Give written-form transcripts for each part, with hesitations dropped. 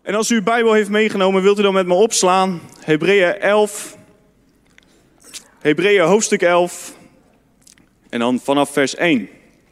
En als u uw Bijbel heeft meegenomen, wilt u dan met me opslaan. Hebreeën hoofdstuk 11. En dan vanaf vers 1.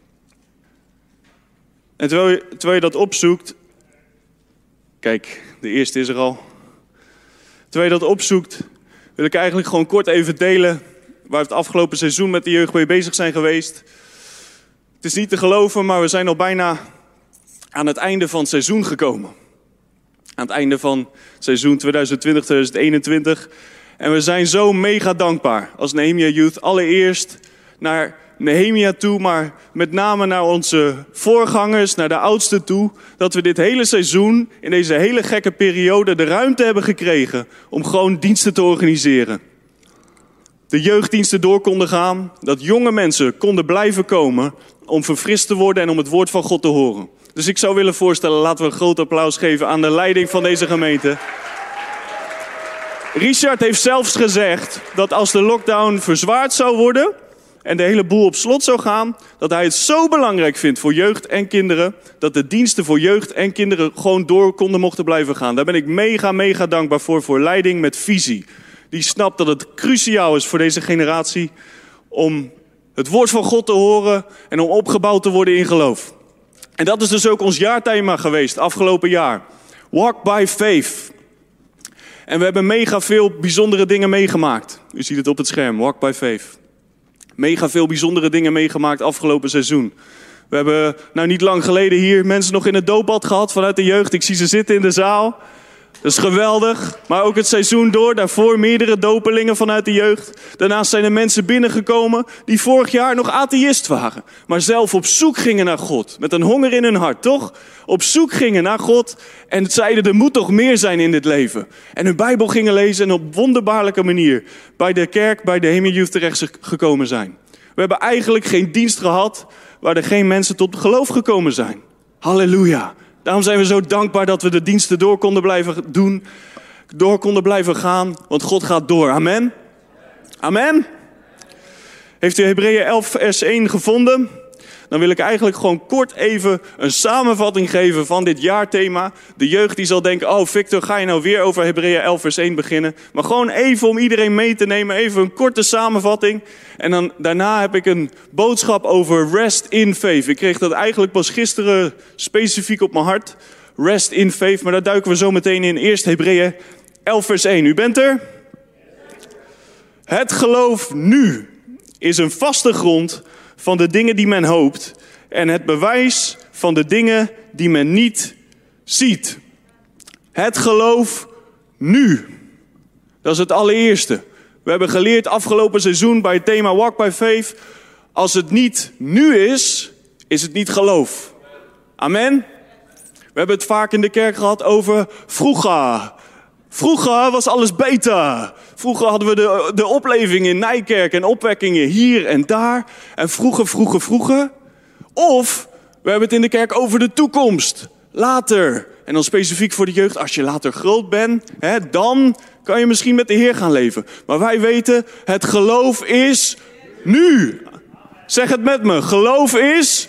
En terwijl je dat opzoekt. Kijk, de eerste is er al. Terwijl je dat opzoekt, wil ik eigenlijk gewoon kort even delen waar we het afgelopen seizoen met de jeugd mee bezig zijn geweest. Het is niet te geloven, maar we zijn al bijna aan het einde van het seizoen gekomen. Aan het einde van seizoen 2020-2021. En we zijn zo mega dankbaar als Nehemia Youth. Allereerst naar Nehemia toe, maar met name naar onze voorgangers, naar de oudsten toe. Dat we dit hele seizoen, in deze hele gekke periode, de ruimte hebben gekregen om gewoon diensten te organiseren. De jeugddiensten door konden gaan, dat jonge mensen konden blijven komen om verfrist te worden en om het woord van God te horen. Dus ik zou willen voorstellen, laten we een groot applaus geven aan de leiding van deze gemeente. Richard heeft zelfs gezegd dat als de lockdown verzwaard zou worden en de hele boel op slot zou gaan, dat hij het zo belangrijk vindt voor jeugd en kinderen, dat de diensten voor jeugd en kinderen gewoon door mochten blijven gaan. Daar ben ik mega dankbaar voor leiding met visie. Die snapt dat het cruciaal is voor deze generatie om het woord van God te horen en om opgebouwd te worden in geloof. En dat is dus ook ons jaarthema geweest afgelopen jaar. Walk by faith. En we hebben mega veel bijzondere dingen meegemaakt. U ziet het op het scherm, walk by faith. Mega veel bijzondere dingen meegemaakt afgelopen seizoen. We hebben niet lang geleden hier mensen nog in het doopbad gehad vanuit de jeugd. Ik zie ze zitten in de zaal. Dat is geweldig. Maar ook het seizoen door, daarvoor meerdere dopelingen vanuit de jeugd. Daarnaast zijn er mensen binnengekomen die vorig jaar nog atheïst waren. Maar zelf op zoek gingen naar God. Met een honger in hun hart, toch? Op zoek gingen naar God en zeiden er moet toch meer zijn in dit leven. En hun Bijbel gingen lezen en op wonderbaarlijke manier bij de kerk, bij de Nehemia Youth terecht gekomen zijn. We hebben eigenlijk geen dienst gehad waar er geen mensen tot geloof gekomen zijn. Halleluja. Daarom zijn we zo dankbaar dat we de diensten door konden blijven doen. Door konden blijven gaan. Want God gaat door. Amen. Amen. Heeft u Hebreeën 11 vers 1 gevonden? Dan wil ik eigenlijk gewoon kort even een samenvatting geven van dit jaarthema. De jeugd die zal denken, oh Victor, ga je nou weer over Hebreeën 11 vers 1 beginnen? Maar gewoon even om iedereen mee te nemen, even een korte samenvatting. En dan daarna heb ik een boodschap over rest in faith. Ik kreeg dat eigenlijk pas gisteren specifiek op mijn hart. Rest in faith, maar daar duiken we zo meteen in. Eerst Hebreeën 11 vers 1. U bent er? Het geloof nu is een vaste grond van de dingen die men hoopt en het bewijs van de dingen die men niet ziet. Het geloof nu. Dat is het allereerste. We hebben geleerd afgelopen seizoen bij het thema Walk by Faith. Als het niet nu is, is het niet geloof. Amen. We hebben het vaak in de kerk gehad over vroeger. Vroeger was alles beter. Vroeger hadden we de opleving in Nijkerk en opwekkingen hier en daar. En vroeger. Of we hebben het in de kerk over de toekomst. Later. En dan specifiek voor de jeugd. Als je later groot bent, dan kan je misschien met de Heer gaan leven. Maar wij weten, het geloof is nu. Zeg het met me. Geloof is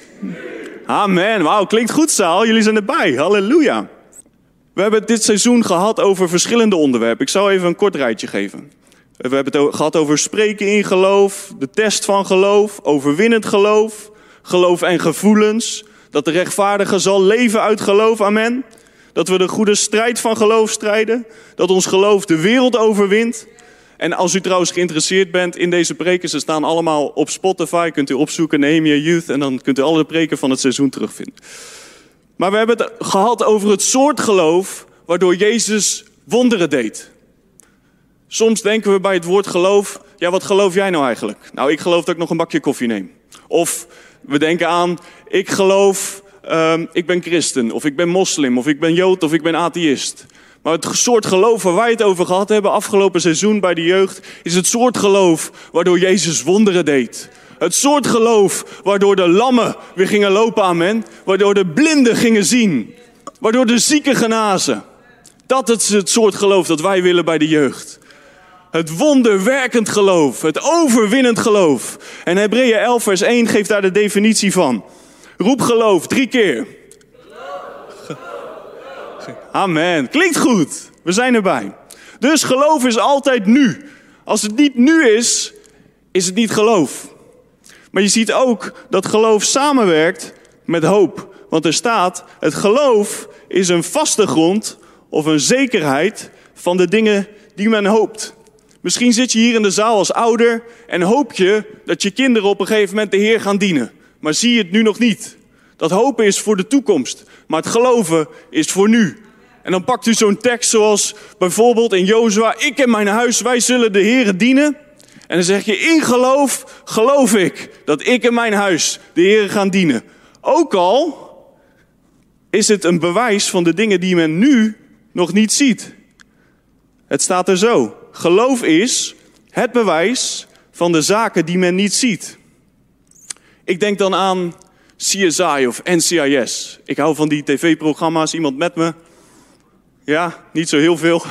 amen. Wauw, klinkt goed zaal. Jullie zijn erbij. Halleluja. We hebben dit seizoen gehad over verschillende onderwerpen. Ik zal even een kort rijtje geven. We hebben het gehad over spreken in geloof, de test van geloof, overwinnend geloof, geloof en gevoelens. Dat de rechtvaardige zal leven uit geloof, amen. Dat we de goede strijd van geloof strijden. Dat ons geloof de wereld overwint. En als u trouwens geïnteresseerd bent in deze preken, ze staan allemaal op Spotify. Kunt u opzoeken Nehemia Youth en dan kunt u alle preken van het seizoen terugvinden. Maar we hebben het gehad over het soort geloof waardoor Jezus wonderen deed. Soms denken we bij het woord geloof, ja, wat geloof jij nou eigenlijk? Nou, ik geloof dat ik nog een bakje koffie neem. Of we denken aan, ik geloof, ik ben christen, of ik ben moslim, of ik ben jood, of ik ben atheïst. Maar het soort geloof waar wij het over gehad hebben afgelopen seizoen bij de jeugd, is het soort geloof waardoor Jezus wonderen deed. Het soort geloof waardoor de lammen weer gingen lopen, amen. Waardoor de blinden gingen zien. Waardoor de zieken genazen. Dat is het soort geloof dat wij willen bij de jeugd. Het wonderwerkend geloof. Het overwinnend geloof. En Hebreeën 11 vers 1 geeft daar de definitie van. Roep geloof 3 keer. Amen. Klinkt goed. We zijn erbij. Dus geloof is altijd nu. Als het niet nu is, is het niet geloof. Maar je ziet ook dat geloof samenwerkt met hoop. Want er staat, het geloof is een vaste grond of een zekerheid van de dingen die men hoopt. Misschien zit je hier in de zaal als ouder en hoop je dat je kinderen op een gegeven moment de Heer gaan dienen. Maar zie je het nu nog niet. Dat hopen is voor de toekomst, maar het geloven is voor nu. En dan pakt u zo'n tekst zoals bijvoorbeeld in Jozua, ik en mijn huis, wij zullen de Heere dienen. En dan zeg je, in geloof, geloof ik dat ik en mijn huis de Heere gaan dienen. Ook al is het een bewijs van de dingen die men nu nog niet ziet. Het staat er zo. Geloof is het bewijs van de zaken die men niet ziet. Ik denk dan aan CSI of NCIS. Ik hou van die tv-programma's. Iemand met me? Ja, niet zo heel veel.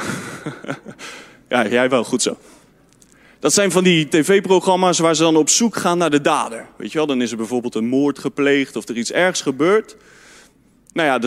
Ja, jij wel, goed zo. Dat zijn van die tv-programma's waar ze dan op zoek gaan naar de dader. Weet je wel, dan is er bijvoorbeeld een moord gepleegd of er iets ergs gebeurt. Nou ja,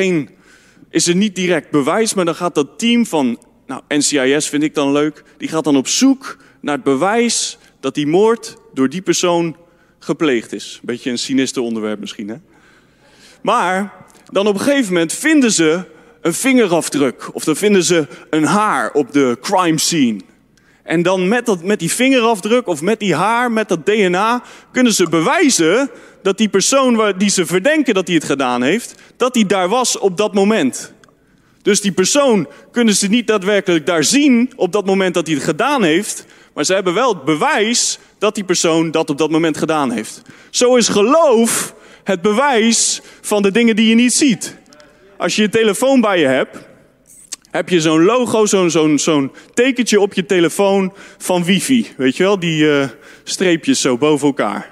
is er niet direct bewijs, maar dan gaat dat team van NCIS vind ik dan leuk. Die gaat dan op zoek naar het bewijs dat die moord door die persoon gepleegd is. Beetje een sinister onderwerp misschien, hè? Maar dan op een gegeven moment vinden ze een vingerafdruk. Of dan vinden ze een haar op de crime scene. En dan met die vingerafdruk of met die haar, met dat DNA, kunnen ze bewijzen dat die persoon die ze verdenken dat hij het gedaan heeft, dat hij daar was op dat moment. Dus die persoon kunnen ze niet daadwerkelijk daar zien op dat moment dat hij het gedaan heeft. Maar ze hebben wel het bewijs dat die persoon dat op dat moment gedaan heeft. Zo is geloof het bewijs van de dingen die je niet ziet. Als je je telefoon bij je hebt, heb je zo'n logo, zo'n tekentje op je telefoon van wifi. Weet je wel, die streepjes zo boven elkaar.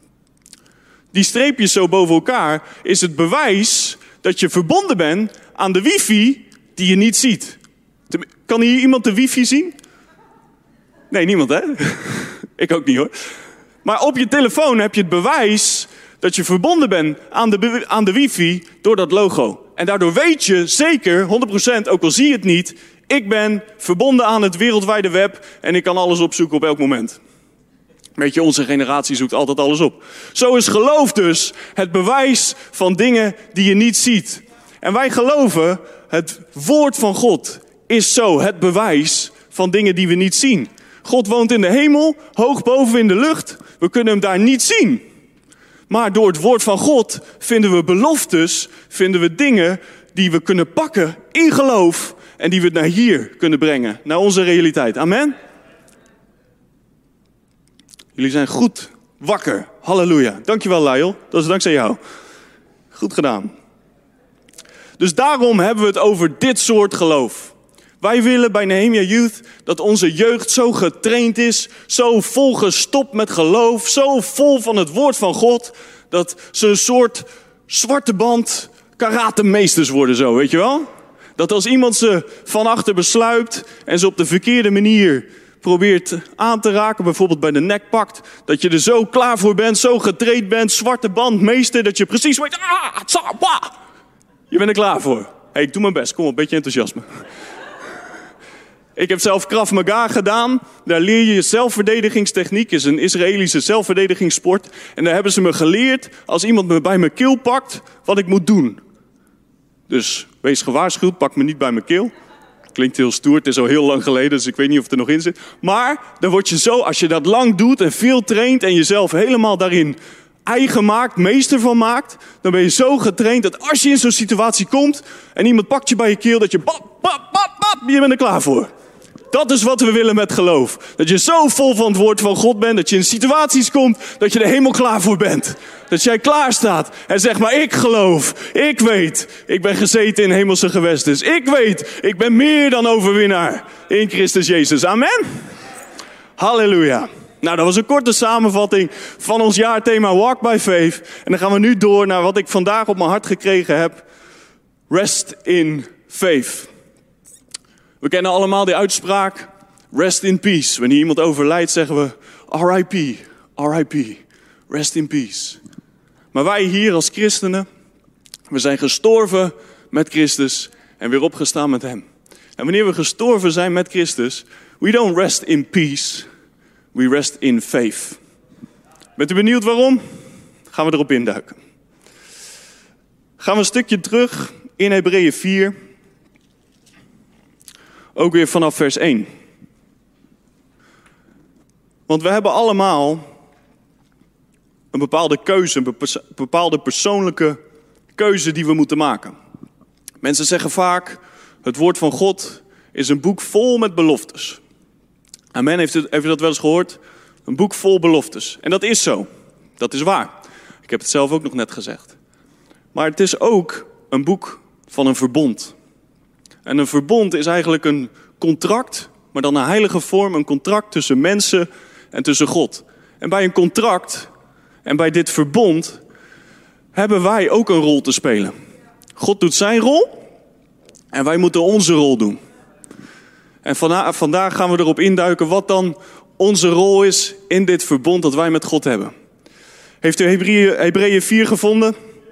Die streepjes zo boven elkaar is het bewijs dat je verbonden bent aan de wifi die je niet ziet. Kan hier iemand de wifi zien? Nee, niemand hè? Ik ook niet hoor. Maar op je telefoon heb je het bewijs dat je verbonden bent aan de wifi door dat logo. En daardoor weet je zeker, 100%, ook al zie je het niet, ik ben verbonden aan het wereldwijde web en ik kan alles opzoeken op elk moment. Weet je, onze generatie zoekt altijd alles op. Zo is geloof dus het bewijs van dingen die je niet ziet. En wij geloven, het woord van God is zo het bewijs van dingen die we niet zien. God woont in de hemel, hoog boven in de lucht. We kunnen hem daar niet zien. Maar door het woord van God vinden we beloftes, vinden we dingen die we kunnen pakken in geloof en die we naar hier kunnen brengen, naar onze realiteit. Amen? Jullie zijn goed wakker. Halleluja. Dankjewel, Lyle. Dat is dankzij jou. Goed gedaan. Dus daarom hebben we het over dit soort geloof. Wij willen bij Nehemia Youth dat onze jeugd zo getraind is, zo volgestopt met geloof, zo vol van het woord van God, dat ze een soort zwarte band karatemeesters worden zo, weet je wel? Dat als iemand ze van achter besluipt en ze op de verkeerde manier probeert aan te raken, bijvoorbeeld bij de nek pakt, dat je er zo klaar voor bent, zo getraind bent, zwarte band meester, dat je precies weet, je bent er klaar voor. Hey, ik doe mijn best, kom op, een beetje enthousiasme. Ik heb zelf Krav Maga gedaan. Daar leer je zelfverdedigingstechniek. Is een Israëlische zelfverdedigingssport. En daar hebben ze me geleerd, als iemand me bij mijn keel pakt, wat ik moet doen. Dus wees gewaarschuwd, pak me niet bij mijn keel. Klinkt heel stoer, het is al heel lang geleden, dus ik weet niet of het er nog in zit. Maar dan word je zo, als je dat lang doet en veel traint en jezelf helemaal daarin eigen maakt, meester van maakt, dan ben je zo getraind dat als je in zo'n situatie komt en iemand pakt je bij je keel, dat je je bent er klaar voor. Dat is wat we willen met geloof. Dat je zo vol van het woord van God bent, dat je in situaties komt, dat je er helemaal klaar voor bent. Dat jij klaar staat en zegt, maar ik geloof, ik weet, ik ben gezeten in hemelse gewestes. Ik weet, ik ben meer dan overwinnaar in Christus Jezus. Amen. Halleluja. Nou, dat was een korte samenvatting van ons jaarthema Walk by Faith. En dan gaan we nu door naar wat ik vandaag op mijn hart gekregen heb. Rest in Faith. We kennen allemaal die uitspraak, rest in peace. Wanneer iemand overlijdt zeggen we, R.I.P., R.I.P., rest in peace. Maar wij hier als christenen, we zijn gestorven met Christus en weer opgestaan met hem. En wanneer we gestorven zijn met Christus, we don't rest in peace, we rest in faith. Bent u benieuwd waarom? Gaan we erop induiken. Gaan we een stukje terug in Hebreeën 4. Ook weer vanaf vers 1. Want we hebben allemaal een bepaalde keuze, een bepaalde persoonlijke keuze die we moeten maken. Mensen zeggen vaak, het woord van God is een boek vol met beloftes. Amen, heeft u dat wel eens gehoord? Een boek vol beloftes. En dat is zo. Dat is waar. Ik heb het zelf ook nog net gezegd. Maar het is ook een boek van een verbond. En een verbond is eigenlijk een contract, maar dan een heilige vorm, een contract tussen mensen en tussen God. En bij een contract en bij dit verbond hebben wij ook een rol te spelen. God doet zijn rol en wij moeten onze rol doen. En vandaag gaan we erop induiken wat dan onze rol is in dit verbond dat wij met God hebben. Heeft u Hebreeën 4 gevonden?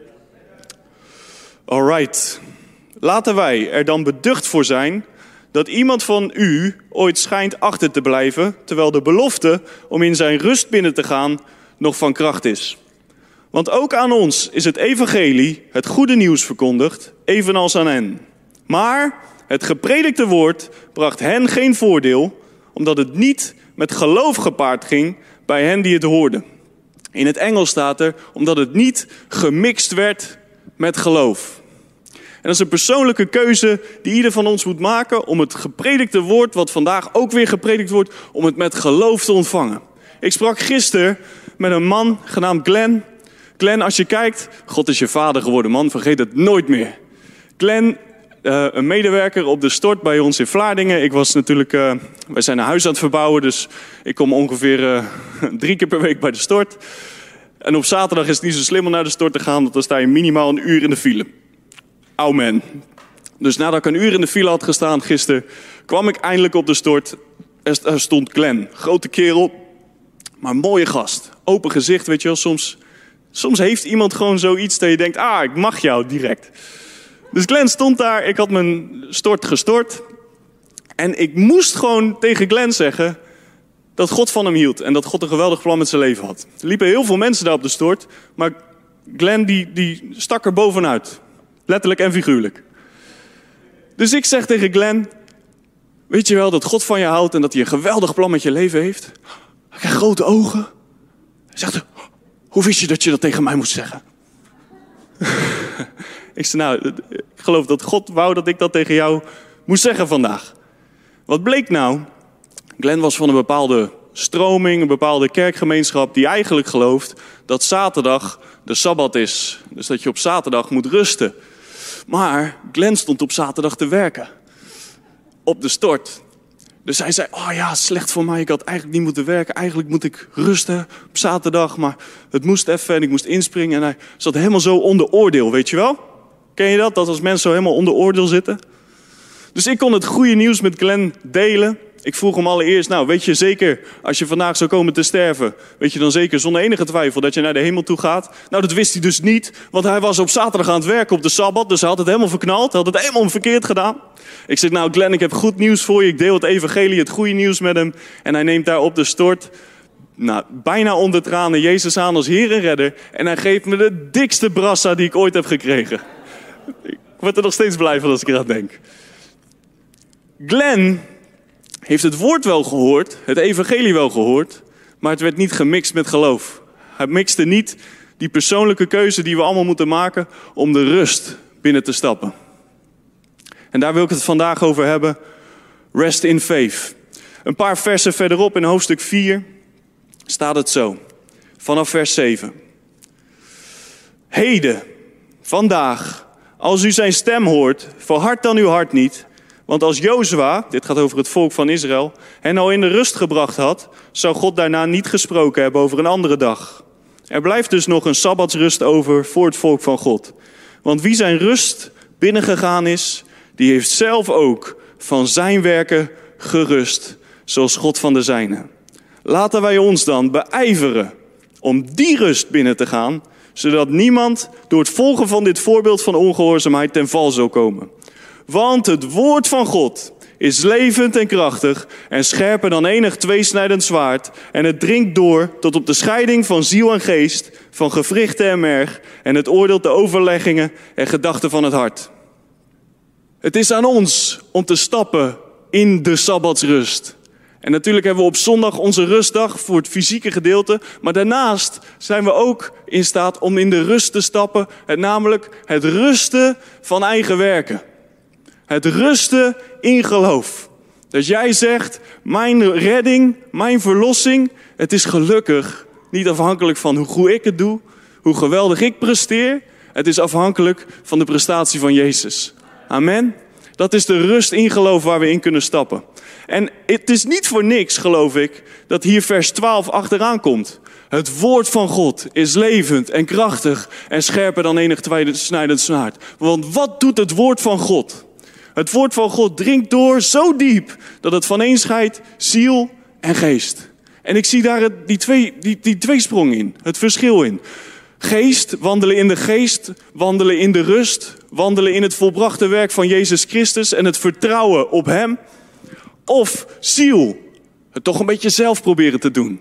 Alright. Laten wij er dan beducht voor zijn dat iemand van u ooit schijnt achter te blijven, terwijl de belofte om in zijn rust binnen te gaan nog van kracht is. Want ook aan ons is het evangelie, het goede nieuws verkondigd, evenals aan hen. Maar het gepredikte woord bracht hen geen voordeel, omdat het niet met geloof gepaard ging bij hen die het hoorden. In het Engels staat er, omdat het niet gemixt werd met geloof. En dat is een persoonlijke keuze die ieder van ons moet maken om het gepredikte woord, wat vandaag ook weer gepredikt wordt, om het met geloof te ontvangen. Ik sprak gisteren met een man genaamd Glenn. Glenn, als je kijkt, God is je vader geworden, man, vergeet het nooit meer. Glenn, een medewerker op de stort bij ons in Vlaardingen. Ik was natuurlijk, wij zijn een huis aan het verbouwen, dus ik kom ongeveer 3 keer per week bij de stort. En op zaterdag is het niet zo slim om naar de stort te gaan, want dan sta je minimaal 1 uur in de file. Amen. Dus nadat ik 1 uur in de file had gestaan gisteren, kwam ik eindelijk op de stort. Er stond Glenn, grote kerel, maar mooie gast. Open gezicht, weet je wel. Soms heeft iemand gewoon zoiets dat je denkt, ik mag jou direct. Dus Glenn stond daar, ik had mijn stort gestort. En ik moest gewoon tegen Glenn zeggen dat God van hem hield. En dat God een geweldig plan met zijn leven had. Er liepen heel veel mensen daar op de stort, maar Glenn die stak er bovenuit. Letterlijk en figuurlijk. Dus ik zeg tegen Glenn, weet je wel dat God van je houdt en dat hij een geweldig plan met je leven heeft? Hij krijgt grote ogen. Hij zegt, hoe wist je dat je dat tegen mij moest zeggen? Ik zei, ik geloof dat God wou dat ik dat tegen jou moest zeggen vandaag. Wat bleek nou? Glenn was van een bepaalde stroming, een bepaalde kerkgemeenschap die eigenlijk gelooft dat zaterdag de Sabbat is. Dus dat je op zaterdag moet rusten. Maar Glenn stond op zaterdag te werken. Op de stort. Dus hij zei, slecht voor mij. Ik had eigenlijk niet moeten werken. Eigenlijk moet ik rusten op zaterdag. Maar het moest even en ik moest inspringen. En hij zat helemaal zo onder oordeel, weet je wel? Ken je dat? Dat als mensen zo helemaal onder oordeel zitten? Dus ik kon het goede nieuws met Glenn delen. Ik vroeg hem allereerst, weet je zeker, als je vandaag zou komen te sterven, weet je dan zeker zonder enige twijfel dat je naar de hemel toe gaat? Dat wist hij dus niet, want hij was op zaterdag aan het werken op de Sabbat, dus hij had het helemaal verknald, hij had het helemaal verkeerd gedaan. Ik zeg, Glenn, ik heb goed nieuws voor je, ik deel het evangelie, het goede nieuws met hem. En hij neemt daar op de stort, bijna onder tranen, Jezus aan als Heer en Redder. En hij geeft me de dikste brassa die ik ooit heb gekregen. Ik word er nog steeds blij van als ik eraan denk. Glenn heeft het woord wel gehoord, het evangelie wel gehoord, maar het werd niet gemixt met geloof. Hij mixte niet die persoonlijke keuze die we allemaal moeten maken om de rust binnen te stappen. En daar wil ik het vandaag over hebben. Rest in faith. Een paar versen verderop in hoofdstuk 4 staat het zo. Vanaf vers 7. Heden, vandaag, als u zijn stem hoort, verhard dan uw hart niet. Want als Jozua, dit gaat over het volk van Israël, hen al in de rust gebracht had, zou God daarna niet gesproken hebben over een andere dag. Er blijft dus nog een sabbatsrust over voor het volk van God. Want wie zijn rust binnengegaan is, die heeft zelf ook van zijn werken gerust, zoals God van de zijne. Laten wij ons dan beijveren om die rust binnen te gaan, zodat niemand door het volgen van dit voorbeeld van ongehoorzaamheid ten val zal komen. Want het woord van God is levend en krachtig en scherper dan enig tweesnijdend zwaard. En het dringt door tot op de scheiding van ziel en geest, van gewrichten en merg. En het oordeelt de overleggingen en gedachten van het hart. Het is aan ons om te stappen in de Sabbatsrust. En natuurlijk hebben we op zondag onze rustdag voor het fysieke gedeelte. Maar daarnaast zijn we ook in staat om in de rust te stappen. Namelijk het rusten van eigen werken. Het rusten in geloof. Dat jij zegt, mijn redding, mijn verlossing, het is gelukkig niet afhankelijk van hoe goed ik het doe, hoe geweldig ik presteer. Het is afhankelijk van de prestatie van Jezus. Amen. Dat is de rust in geloof waar we in kunnen stappen. En het is niet voor niks, geloof ik, dat hier vers 12 achteraan komt. Het woord van God is levend en krachtig en scherper dan enig tweesnijdend zwaard. Want wat doet het woord van God? Het woord van God dringt door zo diep dat het vaneenscheidt ziel en geest. En ik zie daar die tweesprong in, het verschil in. Geest, wandelen in de geest, wandelen in de rust, wandelen in het volbrachte werk van Jezus Christus en het vertrouwen op Hem. Of ziel, het toch een beetje zelf proberen te doen.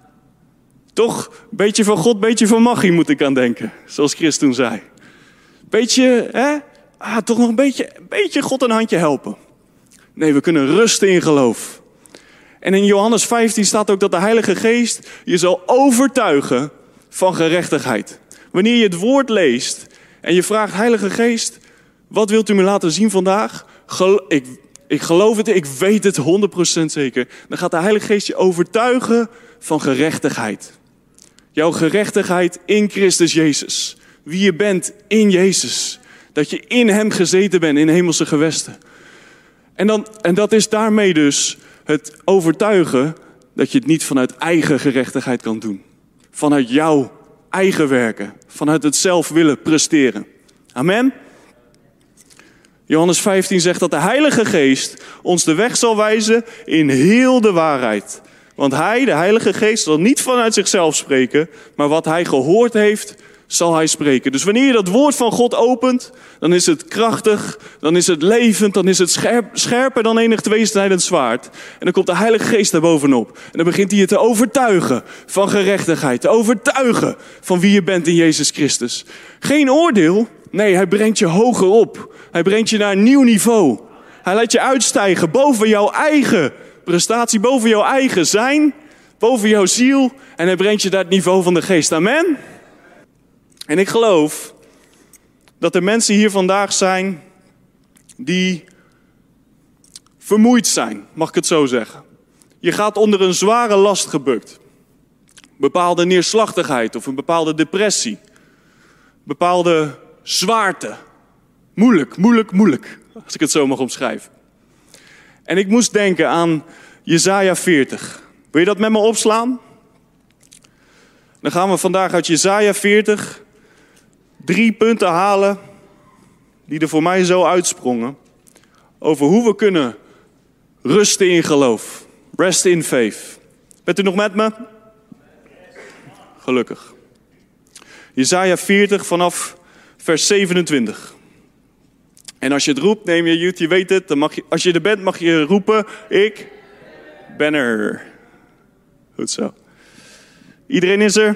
Toch een beetje van God, een beetje van magie moet ik aan denken, zoals Christus toen zei. Beetje, toch nog een beetje God een handje helpen. Nee, we kunnen rusten in geloof. En in Johannes 15 staat ook dat de Heilige Geest je zal overtuigen van gerechtigheid. Wanneer je het woord leest en je vraagt, Heilige Geest, wat wilt u me laten zien vandaag? Ik geloof het, ik weet het 100% zeker. Dan gaat de Heilige Geest je overtuigen van gerechtigheid. Jouw gerechtigheid in Christus Jezus. Wie je bent in Jezus. Dat je in Hem gezeten bent in hemelse gewesten. En dat is daarmee dus het overtuigen dat je het niet vanuit eigen gerechtigheid kan doen. Vanuit jouw eigen werken. Vanuit het zelf willen presteren. Amen. Johannes 15 zegt dat de Heilige Geest ons de weg zal wijzen in heel de waarheid. Want Hij, de Heilige Geest, zal niet vanuit zichzelf spreken, maar wat Hij gehoord heeft, zal Hij spreken. Dus wanneer je dat woord van God opent, dan is het krachtig, dan is het levend, dan is het scherper dan enig tweesnijdend zwaard. En dan komt de Heilige Geest daarbovenop. En dan begint Hij je te overtuigen van gerechtigheid, te overtuigen van wie je bent in Jezus Christus. Geen oordeel, nee, Hij brengt je hoger op. Hij brengt je naar een nieuw niveau. Hij laat je uitstijgen boven jouw eigen prestatie, boven jouw eigen zijn, boven jouw ziel. En Hij brengt je naar het niveau van de Geest. Amen. En ik geloof dat er mensen hier vandaag zijn die vermoeid zijn, mag ik het zo zeggen. Je gaat onder een zware last gebukt. Bepaalde neerslachtigheid of een bepaalde depressie. Bepaalde zwaarte. Moeilijk, als ik het zo mag omschrijven. En ik moest denken aan Jesaja 40. Wil je dat met me opslaan? Dan gaan we vandaag uit Jesaja 40 3 punten halen die er voor mij zo uitsprongen. Over hoe we kunnen rusten in geloof. Rest in faith. Bent u nog met me? Gelukkig. Jesaja 40 vanaf vers 27. En als je het roept, neem je weet het. Dan mag je, als je er bent, mag je roepen, ik ben er. Goed zo. Iedereen is er?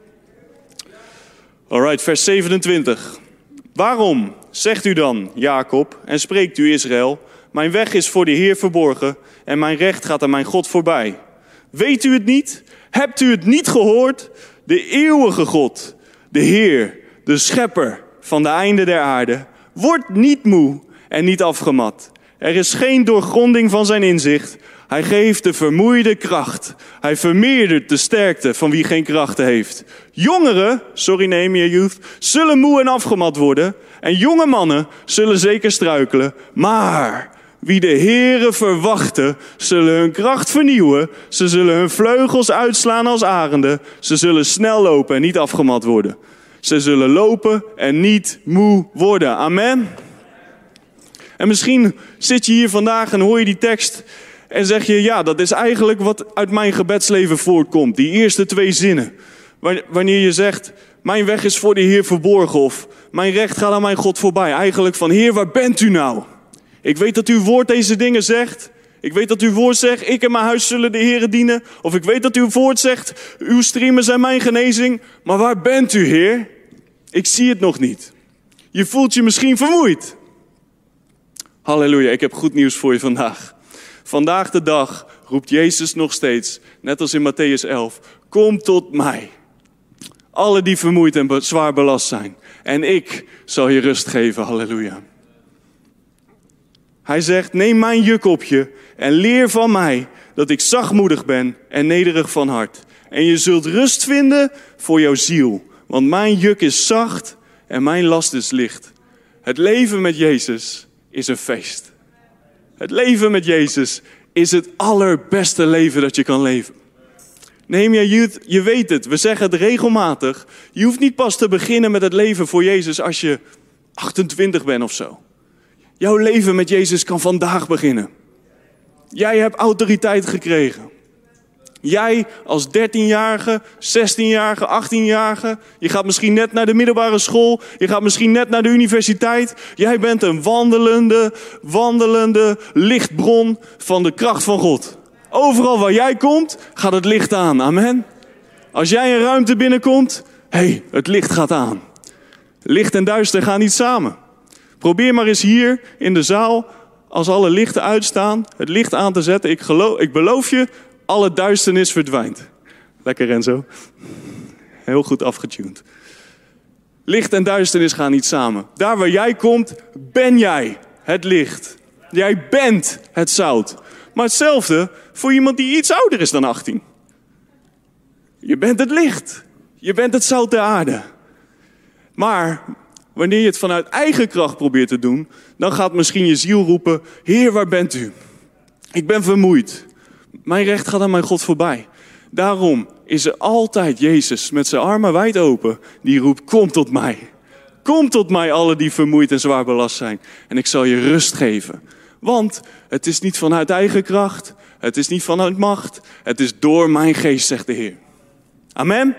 Alright, vers 27. Waarom zegt u dan, Jacob, en spreekt u Israël, mijn weg is voor de Heer verborgen en mijn recht gaat aan mijn God voorbij. Weet u het niet? Hebt u het niet gehoord? De eeuwige God, de Heer, de schepper van de einden der aarde, wordt niet moe en niet afgemat. Er is geen doorgronding van zijn inzicht. Hij geeft de vermoeide kracht. Hij vermeerdert de sterkte van wie geen krachten heeft. Jongeren, zullen moe en afgemat worden. En jonge mannen zullen zeker struikelen. Maar wie de Heere verwachten, zullen hun kracht vernieuwen. Ze zullen hun vleugels uitslaan als arenden. Ze zullen snel lopen en niet afgemat worden. Ze zullen lopen en niet moe worden. Amen. En misschien zit je hier vandaag en hoor je die tekst en zeg je, ja, dat is eigenlijk wat uit mijn gebedsleven voortkomt. Die eerste 2 zinnen. Wanneer je zegt, mijn weg is voor de Heer verborgen of mijn recht gaat aan mijn God voorbij. Eigenlijk van, Heer, waar bent u nou? Ik weet dat uw woord deze dingen zegt. Ik weet dat uw woord zegt, ik en mijn huis zullen de Heere dienen. Of ik weet dat uw woord zegt, uw striemen zijn mijn genezing. Maar waar bent u, Heer? Ik zie het nog niet. Je voelt je misschien vermoeid. Halleluja, ik heb goed nieuws voor je vandaag. Vandaag de dag roept Jezus nog steeds, net als in Mattheüs 11, kom tot mij. Alle die vermoeid en zwaar belast zijn. En ik zal je rust geven, halleluja. Hij zegt, neem mijn juk op je en leer van mij dat ik zachtmoedig ben en nederig van hart. En je zult rust vinden voor jouw ziel. Want mijn juk is zacht en mijn last is licht. Het leven met Jezus is een feest. Het leven met Jezus is het allerbeste leven dat je kan leven. Nehemia Youth, je weet het, we zeggen het regelmatig. Je hoeft niet pas te beginnen met het leven voor Jezus als je 28 bent of zo. Jouw leven met Jezus kan vandaag beginnen. Jij hebt autoriteit gekregen. Jij als 13-jarige, 16-jarige, 18-jarige. Je gaat misschien net naar de middelbare school. Je gaat misschien net naar de universiteit. Jij bent een wandelende lichtbron van de kracht van God. Overal waar jij komt, gaat het licht aan. Amen. Als jij een ruimte binnenkomt, het licht gaat aan. Licht en duister gaan niet samen. Probeer maar eens hier in de zaal, als alle lichten uitstaan, het licht aan te zetten. Ik beloof je, alle duisternis verdwijnt. Lekker Renzo. Heel goed afgetuned. Licht en duisternis gaan niet samen. Daar waar jij komt, ben jij het licht. Jij bent het zout. Maar hetzelfde voor iemand die iets ouder is dan 18. Je bent het licht. Je bent het zout der aarde. Maar wanneer je het vanuit eigen kracht probeert te doen, dan gaat misschien je ziel roepen, Heer, waar bent u? Ik ben vermoeid. Mijn recht gaat aan mijn God voorbij. Daarom is er altijd Jezus met zijn armen wijd open. Die roept, kom tot mij. Kom tot mij, alle die vermoeid en zwaar belast zijn. En ik zal je rust geven. Want het is niet vanuit eigen kracht. Het is niet vanuit macht. Het is door mijn geest, zegt de Heer. Amen.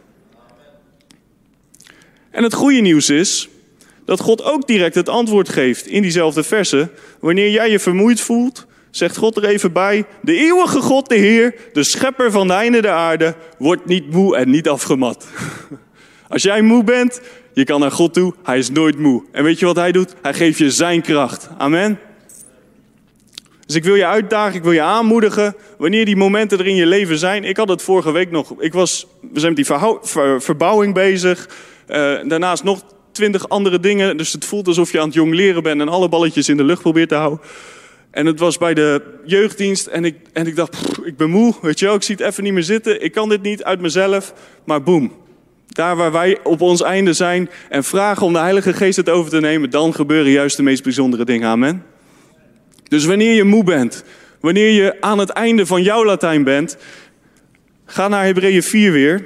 En het goede nieuws is dat God ook direct het antwoord geeft in diezelfde versen. Wanneer jij je vermoeid voelt, zegt God er even bij, de eeuwige God, de Heer, de schepper van de einde der aarde, wordt niet moe en niet afgemat. Als jij moe bent, je kan naar God toe, hij is nooit moe. En weet je wat hij doet? Hij geeft je zijn kracht. Amen. Dus ik wil je uitdagen, ik wil je aanmoedigen, wanneer die momenten er in je leven zijn. Ik had het vorige week nog, we zijn met die verbouwing bezig. Daarnaast nog 20 andere dingen. Dus het voelt alsof je aan het jong leren bent en alle balletjes in de lucht probeert te houden. En het was bij de jeugddienst en ik dacht, ik ben moe, weet je wel, ik zie het even niet meer zitten. Ik kan dit niet uit mezelf, maar boem. Daar waar wij op ons einde zijn en vragen om de Heilige Geest het over te nemen, dan gebeuren juist de meest bijzondere dingen. Amen. Dus wanneer je moe bent, wanneer je aan het einde van jouw Latijn bent, ga naar Hebreeën 4 weer.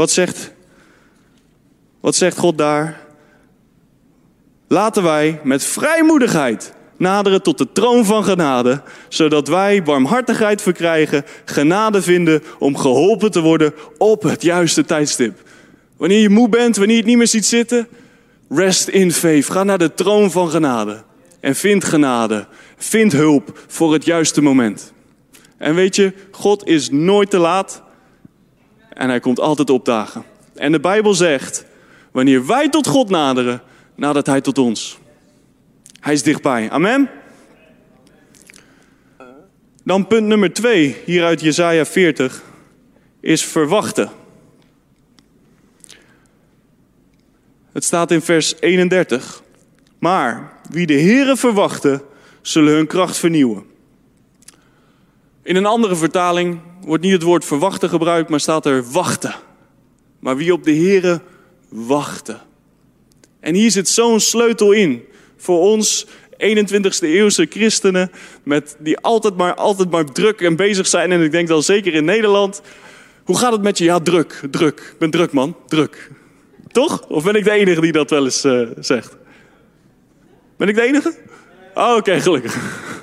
Wat zegt God daar? Laten wij met vrijmoedigheid naderen tot de troon van genade, zodat wij barmhartigheid verkrijgen, genade vinden om geholpen te worden op het juiste tijdstip. Wanneer je moe bent, wanneer je het niet meer ziet zitten, rest in faith. Ga naar de troon van genade en vind genade. Vind hulp voor het juiste moment. En weet je, God is nooit te laat en hij komt altijd opdagen. En de Bijbel zegt, wanneer wij tot God naderen, nadert hij tot ons. Hij is dichtbij. Amen. Dan punt nummer 2, hier uit Jesaja 40, is verwachten. Het staat in vers 31. Maar wie de Heere verwachten, zullen hun kracht vernieuwen. In een andere vertaling wordt niet het woord verwachten gebruikt, maar staat er wachten. Maar wie op de Heere wachten. En hier zit zo'n sleutel in voor ons 21ste eeuwse christenen, die altijd maar druk en bezig zijn. En ik denk dan zeker in Nederland. Hoe gaat het met je? Ja, druk. Ik ben druk, man. Druk. Toch? Of ben ik de enige die dat wel eens zegt? Ben ik de enige? Oh, oké, gelukkig.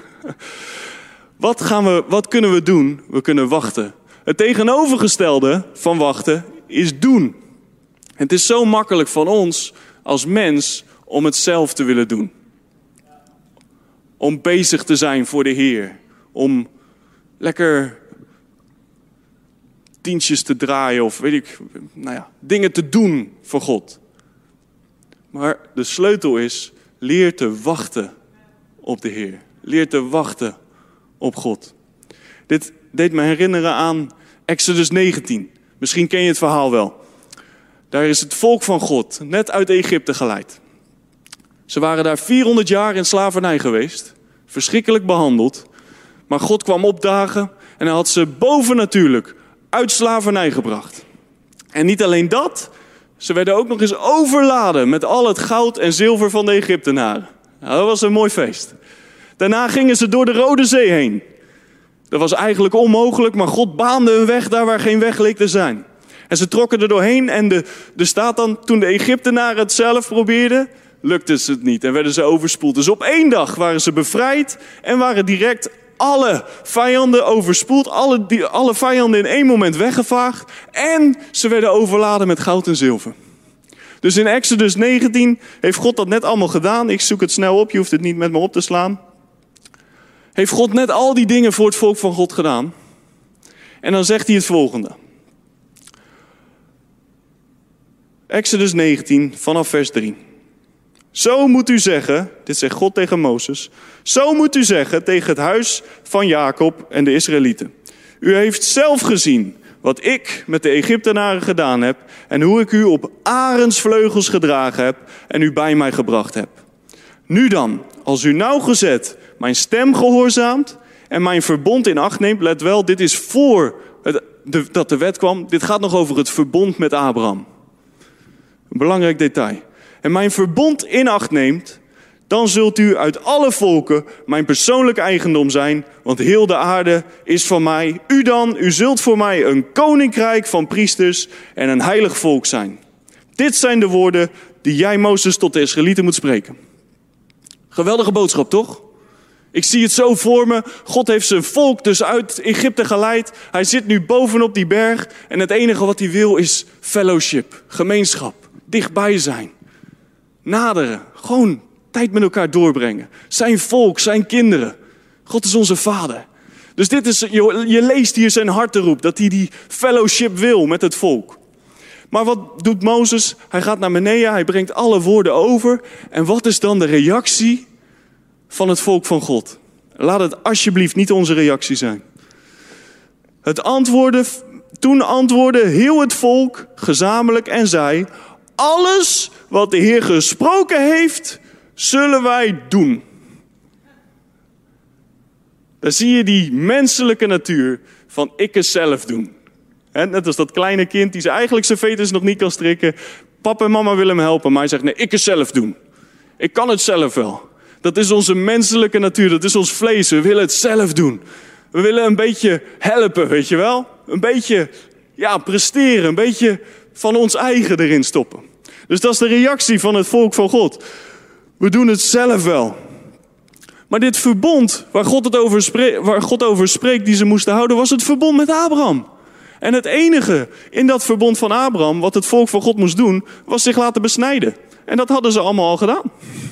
Wat kunnen we doen? We kunnen wachten. Het tegenovergestelde van wachten is doen. Het is zo makkelijk van ons als mens om het zelf te willen doen. om bezig te zijn voor de Heer. Om lekker tientjes te draaien of dingen te doen voor God. Maar de sleutel is, leer te wachten op de Heer. Leer te wachten op God. Dit deed me herinneren aan Exodus 19. Misschien ken je het verhaal wel. Daar is het volk van God net uit Egypte geleid. Ze waren daar 400 jaar in slavernij geweest. Verschrikkelijk behandeld. Maar God kwam opdagen en hij had ze bovennatuurlijk uit slavernij gebracht. En niet alleen dat, ze werden ook nog eens overladen met al het goud en zilver van de Egyptenaren. Nou, dat was een mooi feest. Daarna gingen ze door de Rode Zee heen. Dat was eigenlijk onmogelijk, maar God baande een weg daar waar geen weg leek te zijn. En ze trokken er doorheen en er staat dan, toen de Egyptenaren het zelf probeerden, lukte het niet en werden ze overspoeld. Dus op 1 dag waren ze bevrijd en waren direct alle vijanden overspoeld. Alle vijanden in 1 moment weggevaagd. En ze werden overladen met goud en zilver. Dus in Exodus 19 heeft God dat net allemaal gedaan. Ik zoek het snel op, je hoeft het niet met me op te slaan. Heeft God net al die dingen voor het volk van God gedaan. En dan zegt hij het volgende. Exodus 19 vanaf vers 3. Zo moet u zeggen, dit zegt God tegen Mozes. Zo moet u zeggen tegen het huis van Jacob en de Israëlieten. U heeft zelf gezien wat ik met de Egyptenaren gedaan heb. En hoe ik u op arendsvleugels gedragen heb en u bij mij gebracht heb. Nu dan, als u nauwgezet mijn stem gehoorzaamt en mijn verbond in acht neemt. Let wel, dit is voor dat de wet kwam. Dit gaat nog over het verbond met Abraham. Een belangrijk detail. En mijn verbond in acht neemt, dan zult u uit alle volken mijn persoonlijke eigendom zijn, want heel de aarde is van mij. U zult voor mij een koninkrijk van priesters en een heilig volk zijn. Dit zijn de woorden die jij, Mozes, tot de Israëlieten moet spreken. Geweldige boodschap, toch? Ik zie het zo voor me. God heeft zijn volk dus uit Egypte geleid. Hij zit nu bovenop die berg en het enige wat hij wil is fellowship, gemeenschap, dichtbij zijn. Naderen, gewoon tijd met elkaar doorbrengen. Zijn volk, zijn kinderen. God is onze vader. Dus dit is, je leest hier zijn harteroep, dat hij die fellowship wil met het volk. Maar wat doet Mozes? Hij gaat naar beneden, hij brengt alle woorden over. En wat is dan de reactie van het volk van God? Laat het alsjeblieft niet onze reactie zijn. Toen antwoordde heel het volk gezamenlijk en zei: alles wat de Heer gesproken heeft, zullen wij doen. Dan zie je die menselijke natuur van ik het zelf doen. Net als dat kleine kind die eigenlijk zijn veters nog niet kan strikken. Papa en mama willen hem helpen, maar hij zegt nee, ik het zelf doen. Ik kan het zelf wel. Dat is onze menselijke natuur, dat is ons vlees. We willen het zelf doen. We willen een beetje helpen, weet je wel? Een beetje presteren, een beetje van ons eigen erin stoppen. Dus dat is de reactie van het volk van God. We doen het zelf wel. Maar dit verbond waar God over spreekt die ze moesten houden, was het verbond met Abraham. En het enige in dat verbond van Abraham, wat het volk van God moest doen, was zich laten besnijden. En dat hadden ze allemaal al gedaan.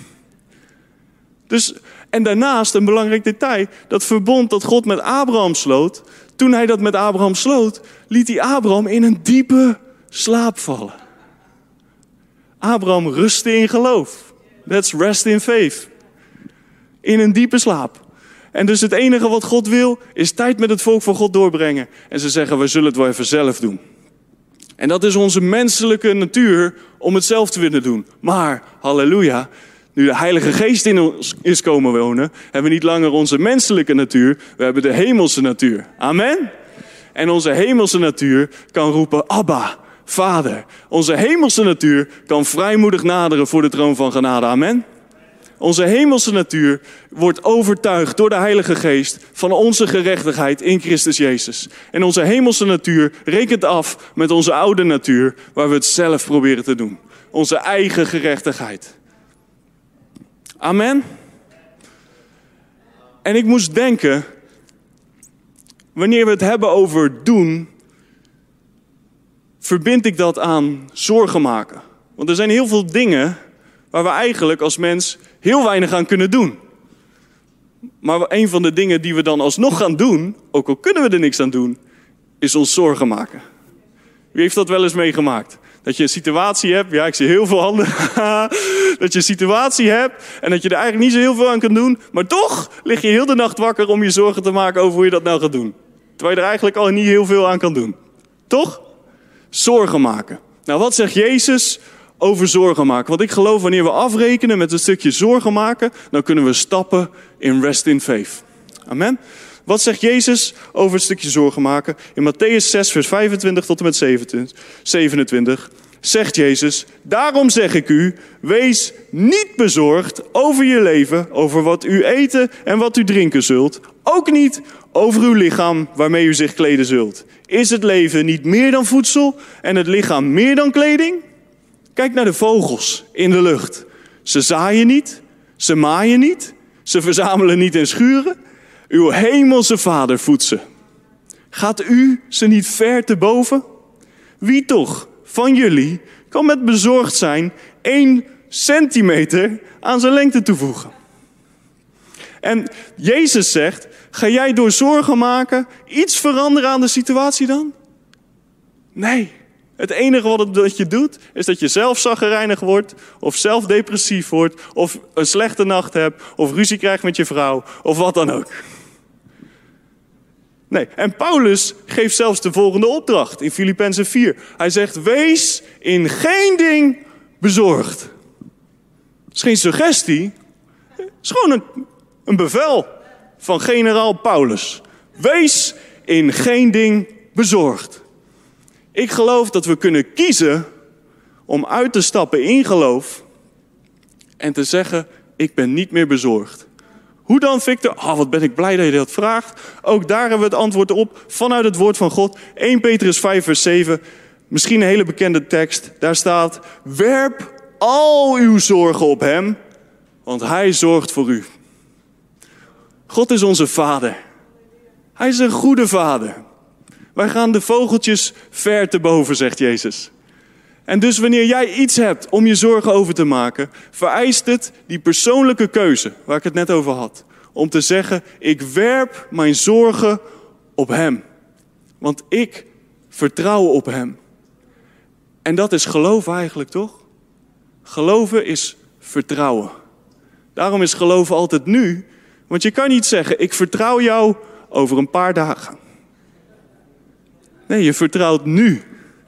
En daarnaast een belangrijk detail, dat verbond dat God met Abraham sloot, toen hij dat met Abraham sloot, liet hij Abraham in een diepe slaap vallen. Abraham rustte in geloof. That's rest in faith. In een diepe slaap. En dus het enige wat God wil, is tijd met het volk van God doorbrengen. En ze zeggen, we zullen het wel even zelf doen. En dat is onze menselijke natuur om het zelf te willen doen. Maar, halleluja, nu de Heilige Geest in ons is komen wonen, hebben we niet langer onze menselijke natuur, we hebben de hemelse natuur. Amen? En onze hemelse natuur kan roepen, Abba, Vader. Onze hemelse natuur kan vrijmoedig naderen voor de troon van genade. Amen? Onze hemelse natuur wordt overtuigd door de Heilige Geest van onze gerechtigheid in Christus Jezus. En onze hemelse natuur rekent af met onze oude natuur, waar we het zelf proberen te doen. Onze eigen gerechtigheid. Amen? En ik moest denken, wanneer we het hebben over doen, verbind ik dat aan zorgen maken. Want er zijn heel veel dingen waar we eigenlijk als mens heel weinig aan kunnen doen. Maar een van de dingen die we dan alsnog gaan doen, ook al kunnen we er niks aan doen, is ons zorgen maken. Wie heeft dat wel eens meegemaakt? Dat je een situatie hebt, ja, ik zie heel veel handen. Dat je een situatie hebt en dat je er eigenlijk niet zo heel veel aan kan doen. Maar toch lig je heel de nacht wakker om je zorgen te maken over hoe je dat nou gaat doen. Terwijl je er eigenlijk al niet heel veel aan kan doen. Toch? Zorgen maken. Nou, wat zegt Jezus over zorgen maken? Want ik geloof wanneer we afrekenen met een stukje zorgen maken, dan kunnen we stappen in rest in faith. Amen. Wat zegt Jezus over het stukje zorgen maken? In Mattheüs 6, vers 25 tot en met 27 zegt Jezus: daarom zeg ik u, wees niet bezorgd over je leven, over wat u eten en wat u drinken zult. Ook niet over uw lichaam waarmee u zich kleden zult. Is het leven niet meer dan voedsel en het lichaam meer dan kleding? Kijk naar de vogels in de lucht. Ze zaaien niet, ze maaien niet, ze verzamelen niet in schuren. Uw hemelse Vader voedt ze. Gaat u ze niet ver te boven? Wie toch van jullie kan met bezorgd zijn 1 centimeter aan zijn lengte toevoegen? En Jezus zegt, ga jij door zorgen maken iets veranderen aan de situatie dan? Nee. Het enige wat je doet, is dat je zelf chagrijnig wordt, of zelf depressief wordt, of een slechte nacht hebt, of ruzie krijgt met je vrouw, of wat dan ook. Nee, en Paulus geeft zelfs de volgende opdracht in Filippenzen 4. Hij zegt, wees in geen ding bezorgd. Het is geen suggestie, het is gewoon een bevel van generaal Paulus. Wees in geen ding bezorgd. Ik geloof dat we kunnen kiezen om uit te stappen in geloof en te zeggen, ik ben niet meer bezorgd. Hoe dan, Victor? Wat ben ik blij dat je dat vraagt. Ook daar hebben we het antwoord op vanuit het woord van God. 1 Petrus 5 vers 7, misschien een hele bekende tekst. Daar staat, werp al uw zorgen op hem, want hij zorgt voor u. God is onze Vader. Hij is een goede Vader. Wij gaan de vogeltjes ver te boven, zegt Jezus. En dus wanneer jij iets hebt om je zorgen over te maken, vereist het die persoonlijke keuze, waar ik het net over had. Om te zeggen, ik werp mijn zorgen op hem. Want ik vertrouw op hem. En dat is geloof eigenlijk, toch? Geloven is vertrouwen. Daarom is geloven altijd nu. Want je kan niet zeggen, ik vertrouw jou over een paar dagen. Nee, je vertrouwt nu.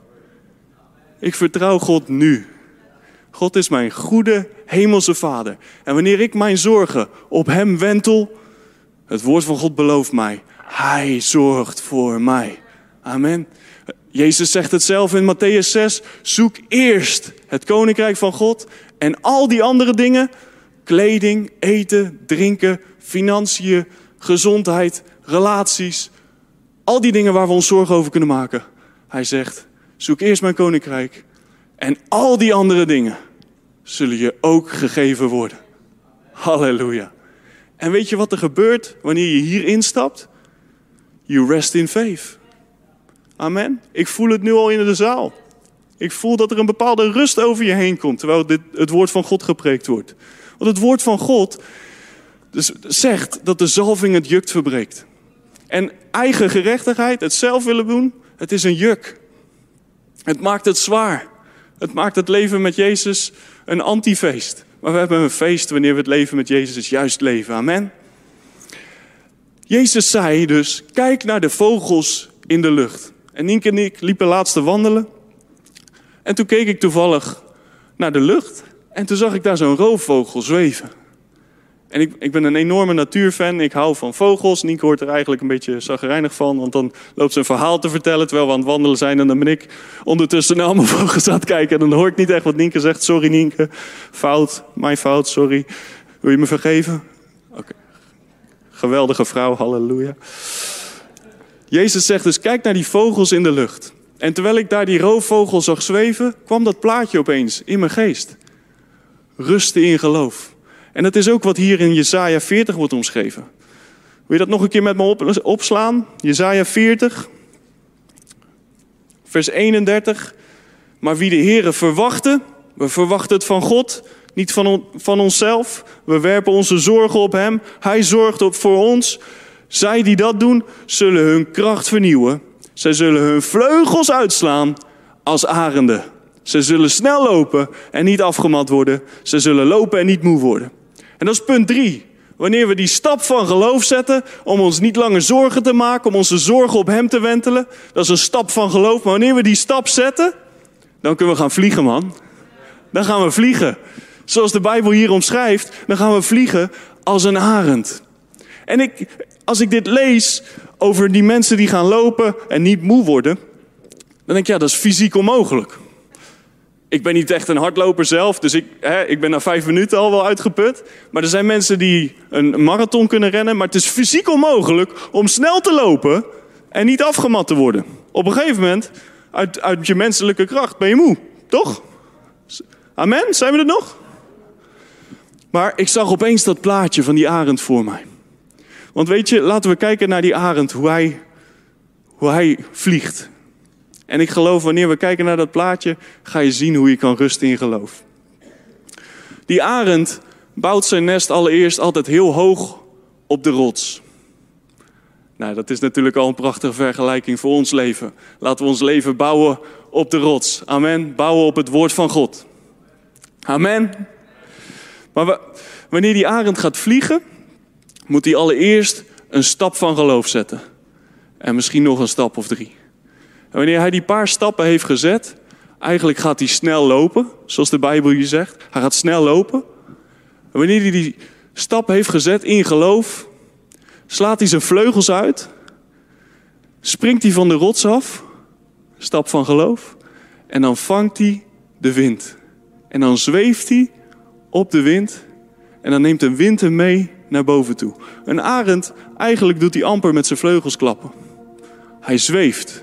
Ik vertrouw God nu. God is mijn goede hemelse Vader. En wanneer ik mijn zorgen op hem wentel, het woord van God belooft mij, hij zorgt voor mij. Amen. Jezus zegt het zelf in Mattheüs 6, zoek eerst het koninkrijk van God en al die andere dingen, kleding, eten, drinken, financiën, gezondheid, relaties, al die dingen waar we ons zorgen over kunnen maken. Hij zegt, zoek eerst mijn koninkrijk en al die andere dingen zullen je ook gegeven worden. Halleluja. En weet je wat er gebeurt wanneer je hier instapt? You rest in faith. Amen. Ik voel het nu al in de zaal. Ik voel dat er een bepaalde rust over je heen komt terwijl het woord van God gepreekt wordt. Want het woord van God dus zegt dat de zalving het juk verbreekt. En eigen gerechtigheid, het zelf willen doen, het is een juk. Het maakt het zwaar. Het maakt het leven met Jezus een antifeest. Maar we hebben een feest wanneer we het leven met Jezus juist leven. Amen. Jezus zei dus, kijk naar de vogels in de lucht. En Nienke en ik liepen laatst te wandelen. En toen keek ik toevallig naar de lucht. En toen zag ik daar zo'n roofvogel zweven. En ik ben een enorme natuurfan. Ik hou van vogels. Nienke hoort er eigenlijk een beetje chagrijnig van. Want dan loopt ze een verhaal te vertellen terwijl we aan het wandelen zijn. En dan ben ik ondertussen naar allemaal vogels aan het kijken. En dan hoor ik niet echt wat Nienke zegt. Sorry Nienke. Fout. Mijn fout. Sorry. Wil je me vergeven? Oké. Geweldige vrouw. Halleluja. Jezus zegt dus, kijk naar die vogels in de lucht. En terwijl ik daar die roofvogel zag zweven, kwam dat plaatje opeens in mijn geest. Rusten in geloof. En dat is ook wat hier in Jesaja 40 wordt omschreven. Wil je dat nog een keer met me opslaan? Jesaja 40, vers 31. Maar wie de Heere verwachten, we verwachten het van God, niet van onszelf. We werpen onze zorgen op hem. Hij zorgt voor ons. Zij die dat doen, zullen hun kracht vernieuwen. Zij zullen hun vleugels uitslaan als arenden. Ze zullen snel lopen en niet afgemat worden. Ze zullen lopen en niet moe worden. En dat is punt 3. Wanneer we die stap van geloof zetten, om ons niet langer zorgen te maken, om onze zorgen op hem te wentelen. Dat is een stap van geloof. Maar wanneer we die stap zetten, dan kunnen we gaan vliegen, man. Dan gaan we vliegen. Zoals de Bijbel hier omschrijft, dan gaan we vliegen als een arend. En als ik dit lees over die mensen die gaan lopen en niet moe worden, dan denk ik, ja, dat is fysiek onmogelijk. Ik ben niet echt een hardloper zelf, dus ik ben na 5 minuten al wel uitgeput. Maar er zijn mensen die een marathon kunnen rennen, maar het is fysiek onmogelijk om snel te lopen en niet afgemat te worden. Op een gegeven moment, uit je menselijke kracht, ben je moe, toch? Amen, zijn we er nog? Maar ik zag opeens dat plaatje van die arend voor mij. Want weet je, laten we kijken naar die arend, hoe hij vliegt. En ik geloof, wanneer we kijken naar dat plaatje, ga je zien hoe je kan rusten in geloof. Die arend bouwt zijn nest allereerst altijd heel hoog op de rots. Nou, dat is natuurlijk al een prachtige vergelijking voor ons leven. Laten we ons leven bouwen op de rots. Amen. Bouwen op het woord van God. Amen. Maar wanneer die arend gaat vliegen, moet hij allereerst een stap van geloof zetten. En misschien nog een stap of 3. En wanneer hij die paar stappen heeft gezet, eigenlijk gaat hij snel lopen, zoals de Bijbel hier zegt. Hij gaat snel lopen. En wanneer hij die stap heeft gezet in geloof, slaat hij zijn vleugels uit, springt hij van de rots af, stap van geloof, en dan vangt hij de wind. En dan zweeft hij op de wind en dan neemt de wind hem mee naar boven toe. Een arend, eigenlijk doet hij amper met zijn vleugels klappen. Hij zweeft.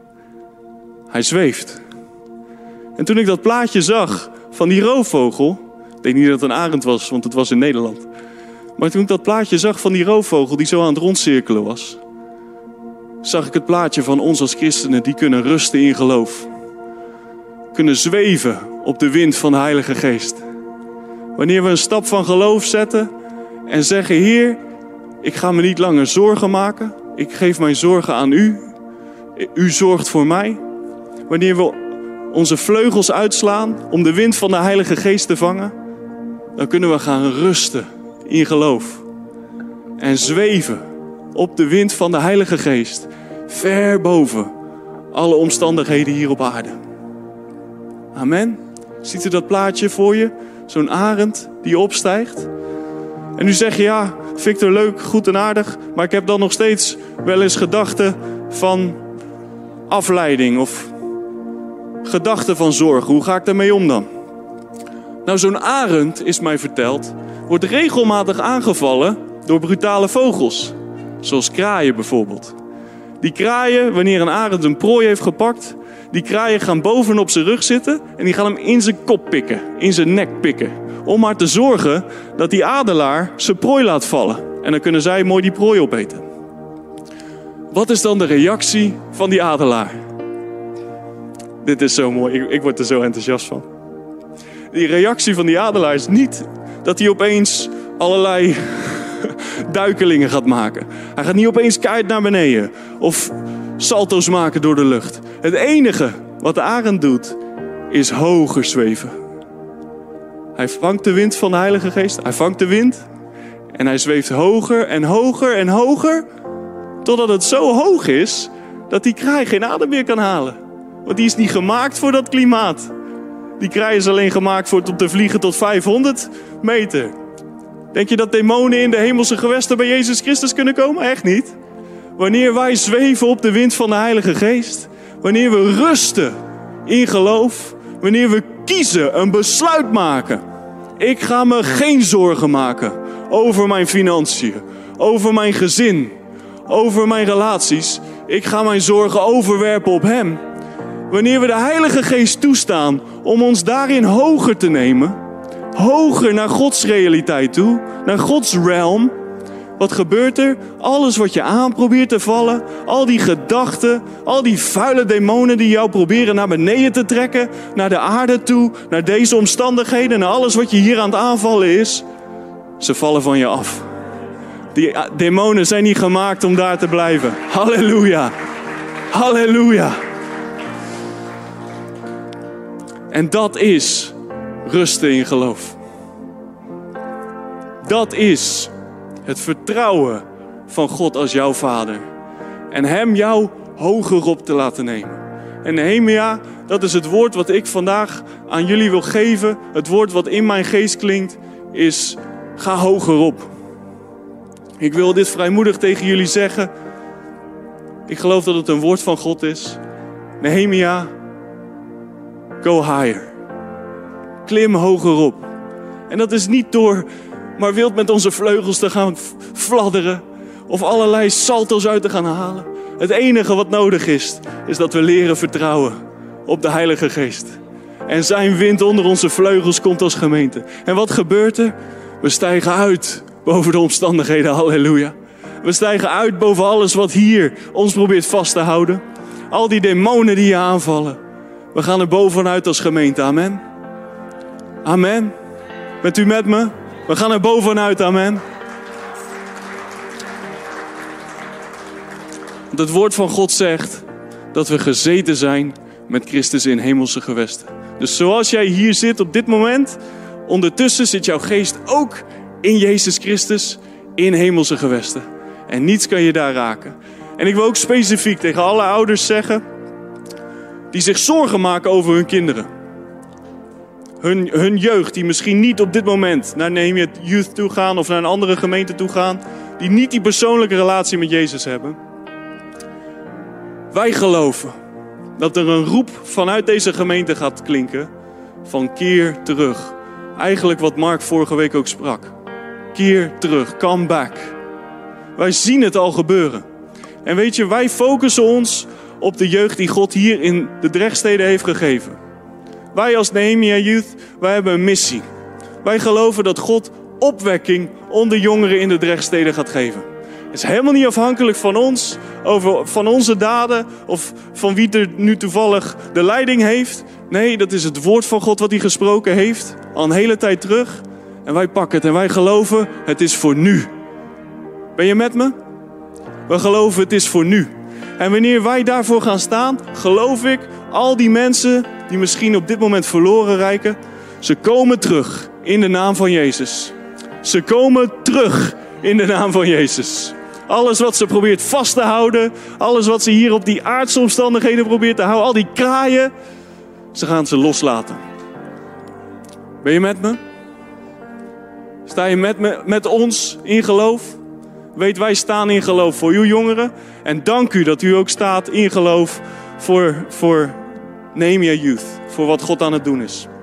Hij zweeft. En toen ik dat plaatje zag van die roofvogel, ik denk niet dat het een arend was, want het was in Nederland. Maar toen ik dat plaatje zag van die roofvogel die zo aan het rondcirkelen was, zag ik het plaatje van ons als christenen die kunnen rusten in geloof. Kunnen zweven op de wind van de Heilige Geest. Wanneer we een stap van geloof zetten en zeggen, Heer, ik ga me niet langer zorgen maken. Ik geef mijn zorgen aan u. U zorgt voor mij. Wanneer we onze vleugels uitslaan om de wind van de Heilige Geest te vangen, dan kunnen we gaan rusten in geloof. En zweven op de wind van de Heilige Geest. Ver boven alle omstandigheden hier op aarde. Amen. Ziet u dat plaatje voor je? Zo'n arend die opstijgt. En nu zeg je, ja, Victor, leuk, goed en aardig. Maar ik heb dan nog steeds wel eens gedachten van afleiding of gedachten van zorgen. Hoe ga ik daarmee om dan? Nou, zo'n arend, is mij verteld, wordt regelmatig aangevallen door brutale vogels. Zoals kraaien bijvoorbeeld. Die kraaien, wanneer een arend een prooi heeft gepakt, die kraaien gaan bovenop zijn rug zitten en die gaan hem in zijn kop pikken, in zijn nek pikken. Om maar te zorgen dat die adelaar zijn prooi laat vallen. En dan kunnen zij mooi die prooi opeten. Wat is dan de reactie van die adelaar? Dit is zo mooi, ik word er zo enthousiast van. Die reactie van die adelaar is niet dat hij opeens allerlei duikelingen gaat maken. Hij gaat niet opeens keihard naar beneden of salto's maken door de lucht. Het enige wat de arend doet, is hoger zweven. Hij vangt de wind van de Heilige Geest. Hij vangt de wind. En hij zweeft hoger en hoger en hoger. Totdat het zo hoog is, dat die kraai geen adem meer kan halen. Want die is niet gemaakt voor dat klimaat. Die kraai is alleen gemaakt om te vliegen tot 500 meter. Denk je dat demonen in de hemelse gewesten bij Jezus Christus kunnen komen? Echt niet. Wanneer wij zweven op de wind van de Heilige Geest. Wanneer we rusten in geloof. Wanneer we kiezen, een besluit maken. Ik ga me geen zorgen maken over mijn financiën. Over mijn gezin. Over mijn relaties. Ik ga mijn zorgen overwerpen op Hem. Wanneer we de Heilige Geest toestaan om ons daarin hoger te nemen. Hoger naar Gods realiteit toe. Naar Gods realm. Wat gebeurt er? Alles wat je aan probeert te vallen, al die gedachten, al die vuile demonen die jou proberen naar beneden te trekken, naar de aarde toe, naar deze omstandigheden, naar alles wat je hier aan het aanvallen is, ze vallen van je af. Die demonen zijn niet gemaakt om daar te blijven. Halleluja. Halleluja. En dat is rusten in geloof. Dat is het vertrouwen van God als jouw vader. En hem jou hoger op te laten nemen. En Nehemia, dat is het woord wat ik vandaag aan jullie wil geven. Het woord wat in mijn geest klinkt is: ga hoger op. Ik wil dit vrijmoedig tegen jullie zeggen. Ik geloof dat het een woord van God is. Nehemia, go higher. Klim hoger op. En dat is niet door maar wild met onze vleugels te gaan fladderen of allerlei salto's uit te gaan halen. Het enige wat nodig is dat we leren vertrouwen op de Heilige Geest. En zijn wind onder onze vleugels komt als gemeente. En wat gebeurt er? We stijgen uit boven de omstandigheden, halleluja. We stijgen uit boven alles wat hier ons probeert vast te houden. Al die demonen die je aanvallen. We gaan er bovenuit als gemeente, amen. Amen. Bent u met me? We gaan er bovenuit, amen. Want het woord van God zegt dat we gezeten zijn met Christus in hemelse gewesten. Dus zoals jij hier zit op dit moment, ondertussen zit jouw geest ook in Jezus Christus in hemelse gewesten. En niets kan je daar raken. En ik wil ook specifiek tegen alle ouders zeggen die zich zorgen maken over hun kinderen. Hun jeugd die misschien niet op dit moment naar Nehemia Youth toe gaan of naar een andere gemeente toe gaan. Die niet die persoonlijke relatie met Jezus hebben. Wij geloven dat er een roep vanuit deze gemeente gaat klinken van keer terug. Eigenlijk wat Mark vorige week ook sprak. Keer terug, come back. Wij zien het al gebeuren. En weet je, wij focussen ons op de jeugd die God hier in de Drechtsteden heeft gegeven. Wij als Nehemia Youth, wij hebben een missie. Wij geloven dat God opwekking onder jongeren in de Drechtsteden gaat geven. Het is helemaal niet afhankelijk van ons, van onze daden of van wie er nu toevallig de leiding heeft. Nee, dat is het woord van God wat hij gesproken heeft, al een hele tijd terug. En wij pakken het en wij geloven, het is voor nu. Ben je met me? We geloven, het is voor nu. En wanneer wij daarvoor gaan staan, geloof ik, al die mensen die misschien op dit moment verloren rijken, ze komen terug in de naam van Jezus. Ze komen terug in de naam van Jezus. Alles wat ze probeert vast te houden, alles wat ze hier op die aardse omstandigheden probeert te houden, al die kraaien, ze gaan ze loslaten. Ben je met me? Sta je met ons in geloof? Weet, wij staan in geloof voor uw jongeren. En dank u dat u ook staat in geloof voor Nehemia Youth. Voor wat God aan het doen is.